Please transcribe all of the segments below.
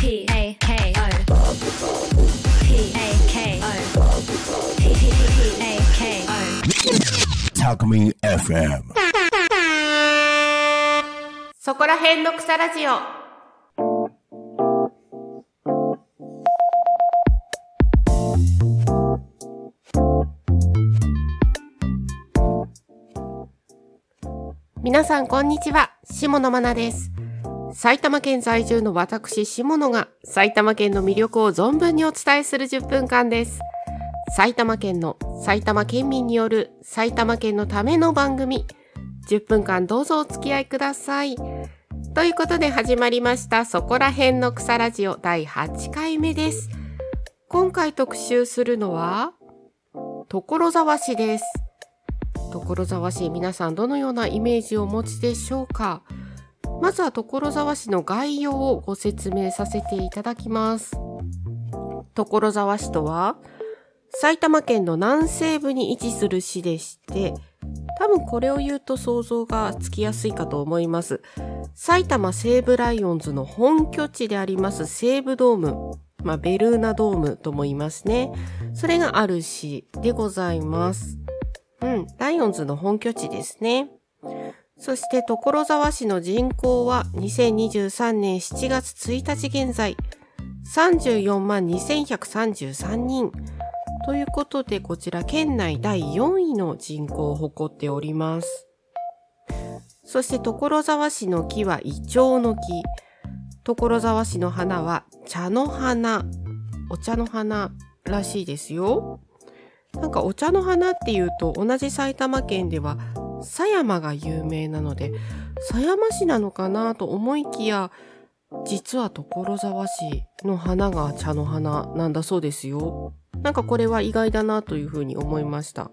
タクミン FM。 そこらへんの草ラジオ。皆さんこんにちは、下野真奈です。埼玉県在住の私下野が埼玉県の魅力を存分にお伝えする10分間です。埼玉県の埼玉県民による埼玉県のための番組、10分間どうぞお付き合いください。ということで始まりましたそこらへんの草ラジオ第8回目です。今回特集するのは所沢市です。所沢市、皆さんどのようなイメージをお持ちでしょうか。まずは所沢市の概要をご説明させていただきます。所沢市とは埼玉県の南西部に位置する市でして、多分これを言うと想像がつきやすいかと思います。埼玉西武ライオンズの本拠地であります西武ドーム、ベルーナドームとも言いますね。それがある市でございます。ライオンズの本拠地ですね。そして所沢市の人口は2023年7月1日現在34万2133人ということで、こちら県内第4位の人口を誇っております。そして所沢市の木はイチョウの木、所沢市の花は茶の花、お茶の花らしいですよ。なんかお茶の花っていうと同じ埼玉県では狭山が有名なので狭山市なのかなと思いきや、実は所沢市の花が茶の花なんだそうですよ。なんかこれは意外だなというふうに思いました。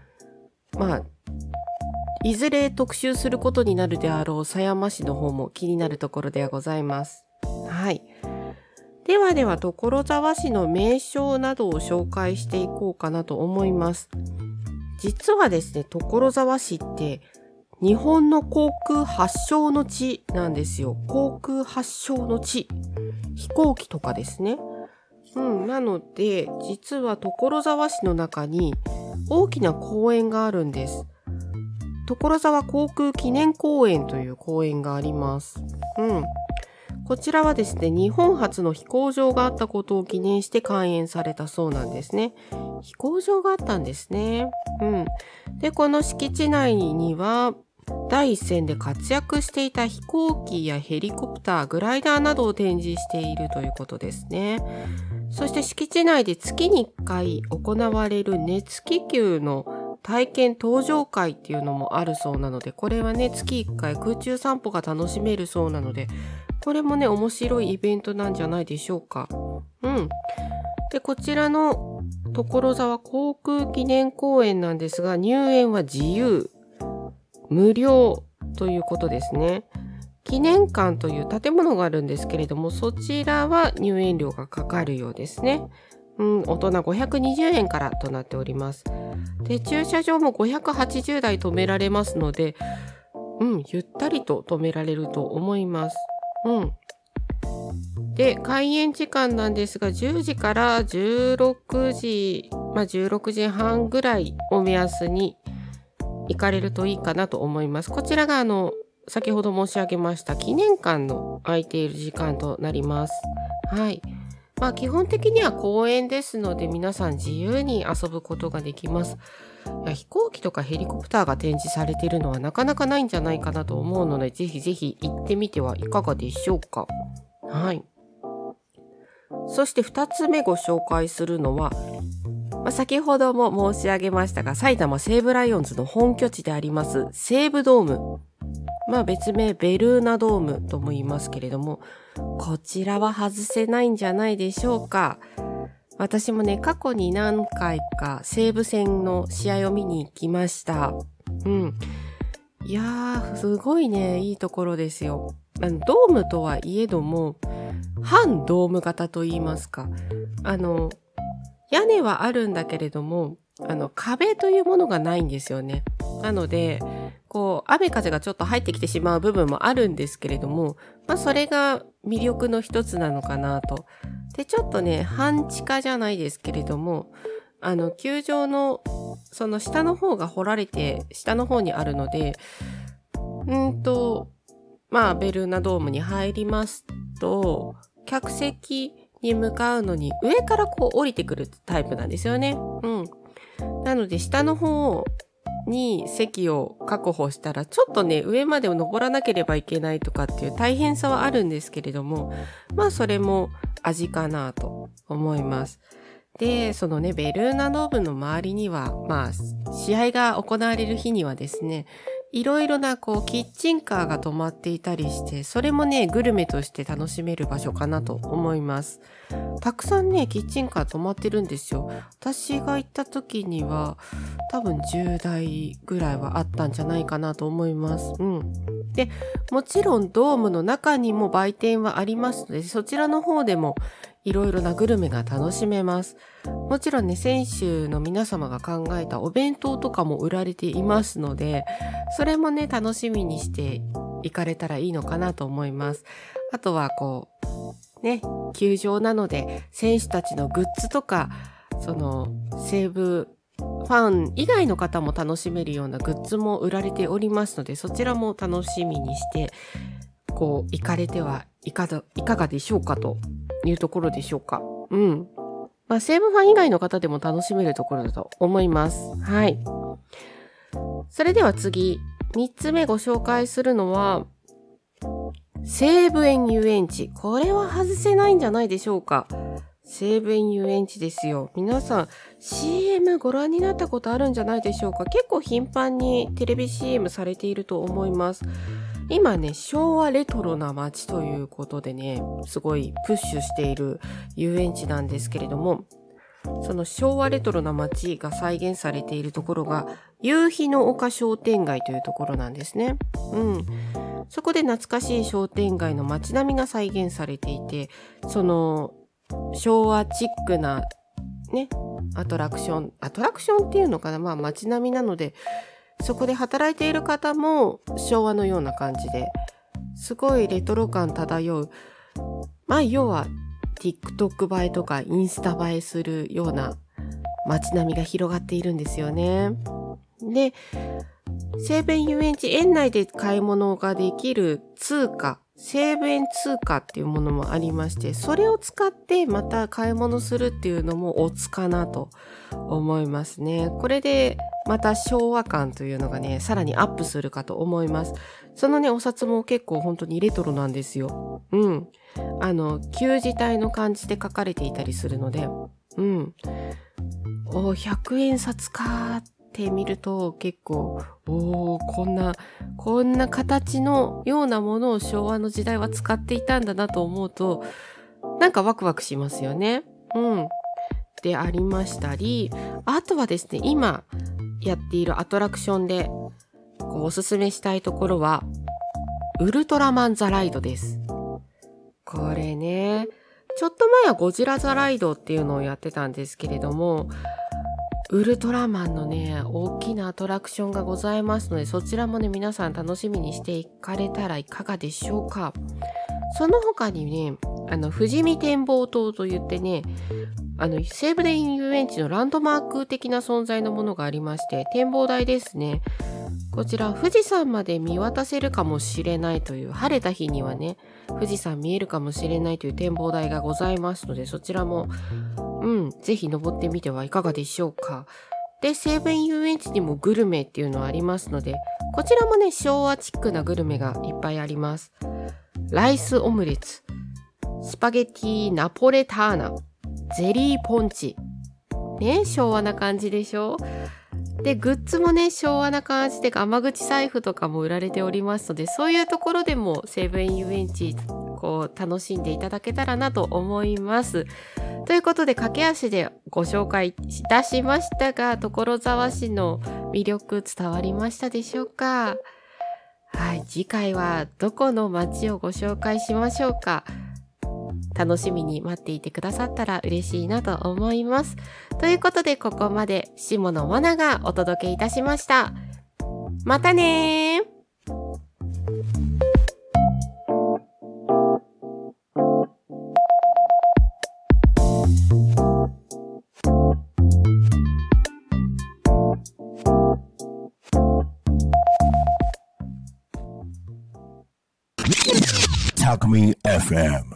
いずれ特集することになるであろう狭山市の方も気になるところではございます。はい。では所沢市の名称などを紹介していこうかなと思います。実はですね、所沢市って日本の航空発祥の地なんですよ。航空発祥の地。飛行機とかですね。なので、実は所沢市の中に大きな公園があるんです。所沢航空記念公園という公園があります。こちらはですね、日本初の飛行場があったことを記念して開園されたそうなんですね。飛行場があったんですね。で、この敷地内には、第一線で活躍していた飛行機やヘリコプター、グライダーなどを展示しているということですね。そして敷地内で月に1回行われる熱気球の体験搭乗会っていうのもあるそうなので、これはね、月1回空中散歩が楽しめるそうなので、これもね、面白いイベントなんじゃないでしょうか。で、こちらの所沢航空記念公園なんですが、入園は自由、無料ということですね。記念館という建物があるんですけれども、そちらは入園料がかかるようですね。大人520円からとなっております。で、駐車場も580台止められますので、ゆったりと止められると思います。で、開園時間なんですが、10時から16時、16時半ぐらいを目安に行かれるといいかなと思います。こちらが先ほど申し上げました記念館の空いている時間となります。はい。基本的には公園ですので皆さん自由に遊ぶことができます。飛行機とかヘリコプターが展示されているのはなかなかないんじゃないかなと思うので、ぜひぜひ行ってみてはいかがでしょうか。はい。そして2つ目ご紹介するのは、先ほども申し上げましたが、埼玉西武ライオンズの本拠地であります西武ドーム。別名ベルーナドームとも言いますけれども、こちらは外せないんじゃないでしょうか。私もね、過去に何回か西武戦の試合を見に行きました。いやー、すごいね、いいところですよ。ドームとはいえども、半ドーム型と言いますか。屋根はあるんだけれども、壁というものがないんですよね。なので、 雨風がちょっと入ってきてしまう部分もあるんですけれども、それが魅力の一つなのかなと。で、ちょっとね、半地下じゃないですけれども、球場のその下の方が掘られて、下の方にあるので、ベルーナドームに入りますと、客席に向かうのに上から降りてくるタイプなんですよね。なので下の方に席を確保したらちょっとね上まで登らなければいけないとかっていう大変さはあるんですけれども、それも味かなと思います。で、そのねベルーナドームの周りには試合が行われる日にはですね、いろいろなキッチンカーが止まっていたりして、それもねグルメとして楽しめる場所かなと思います。たくさんねキッチンカー止まってるんですよ。私が行った時には多分10台ぐらいはあったんじゃないかなと思います。で、もちろんドームの中にも売店はありますので、そちらの方でもいろいろなグルメが楽しめます。もちろんね、選手の皆様が考えたお弁当とかも売られていますので、それもね、楽しみにして行かれたらいいのかなと思います。あとは球場なので、選手たちのグッズとか、西武ファン以外の方も楽しめるようなグッズも売られておりますので、そちらも楽しみにして、行かれてはいかがでしょうかというところでしょうか。西武ファン以外の方でも楽しめるところだと思います。はい。それでは次、3つ目ご紹介するのは、西武園遊園地。これは外せないんじゃないでしょうか。西武園遊園地ですよ。皆さん CM ご覧になったことあるんじゃないでしょうか。結構頻繁にテレビ CM されていると思います。今ね、昭和レトロな街ということでね、すごいプッシュしている遊園地なんですけれども、その昭和レトロな街が再現されているところが、夕日の丘商店街というところなんですね。そこで懐かしい商店街の街並みが再現されていて、その昭和チックなね、アトラクションっていうのかな、街並みなので、そこで働いている方も昭和のような感じで、すごいレトロ感漂う。要は TikTok 映えとかインスタ映えするような街並みが広がっているんですよね。で、西武園遊園地園内で買い物ができる通貨、西武園通貨っていうものもありまして、それを使ってまた買い物するっていうのもおつかなと思いますね。これでまた昭和感というのがね、さらにアップするかと思います。そのね、お札も結構本当にレトロなんですよ。旧字体の感じで書かれていたりするので、100円札かって見ると結構、こんな形のようなものを昭和の時代は使っていたんだなと思うと、なんかワクワクしますよね。でありましたり、あとはですね、今やっているアトラクションでおすすめしたいところは、ウルトラマンザライドです。これね、ちょっと前はゴジラザライドっていうのをやってたんですけれども、ウルトラマンのね、大きなアトラクションがございますので、そちらもね、皆さん楽しみにしていかれたらいかがでしょうか。その他にね、富士見展望塔といってね、西武園遊園地のランドマーク的な存在のものがありまして、展望台ですね。こちら富士山まで見渡せるかもしれないという、晴れた日にはね、富士山見えるかもしれないという展望台がございますので、そちらもぜひ登ってみてはいかがでしょうか。で、西武園遊園地にもグルメっていうのはありますので、こちらもね、昭和チックなグルメがいっぱいあります。ライスオムレツ、スパゲティナポレターナ、ゼリーポンチ。ね、昭和な感じでしょ。で、グッズもね、昭和な感じで、ガマ口財布とかも売られておりますので、そういうところでも西武園遊園地、楽しんでいただけたらなと思います。ということで、駆け足でご紹介いたしましたが、所沢市の魅力伝わりましたでしょうか。はい、次回はどこの街をご紹介しましょうか。楽しみに待っていてくださったら嬉しいなと思います。ということで、ここまで下野真奈がお届けいたしました。 またねー。 Talk Me FM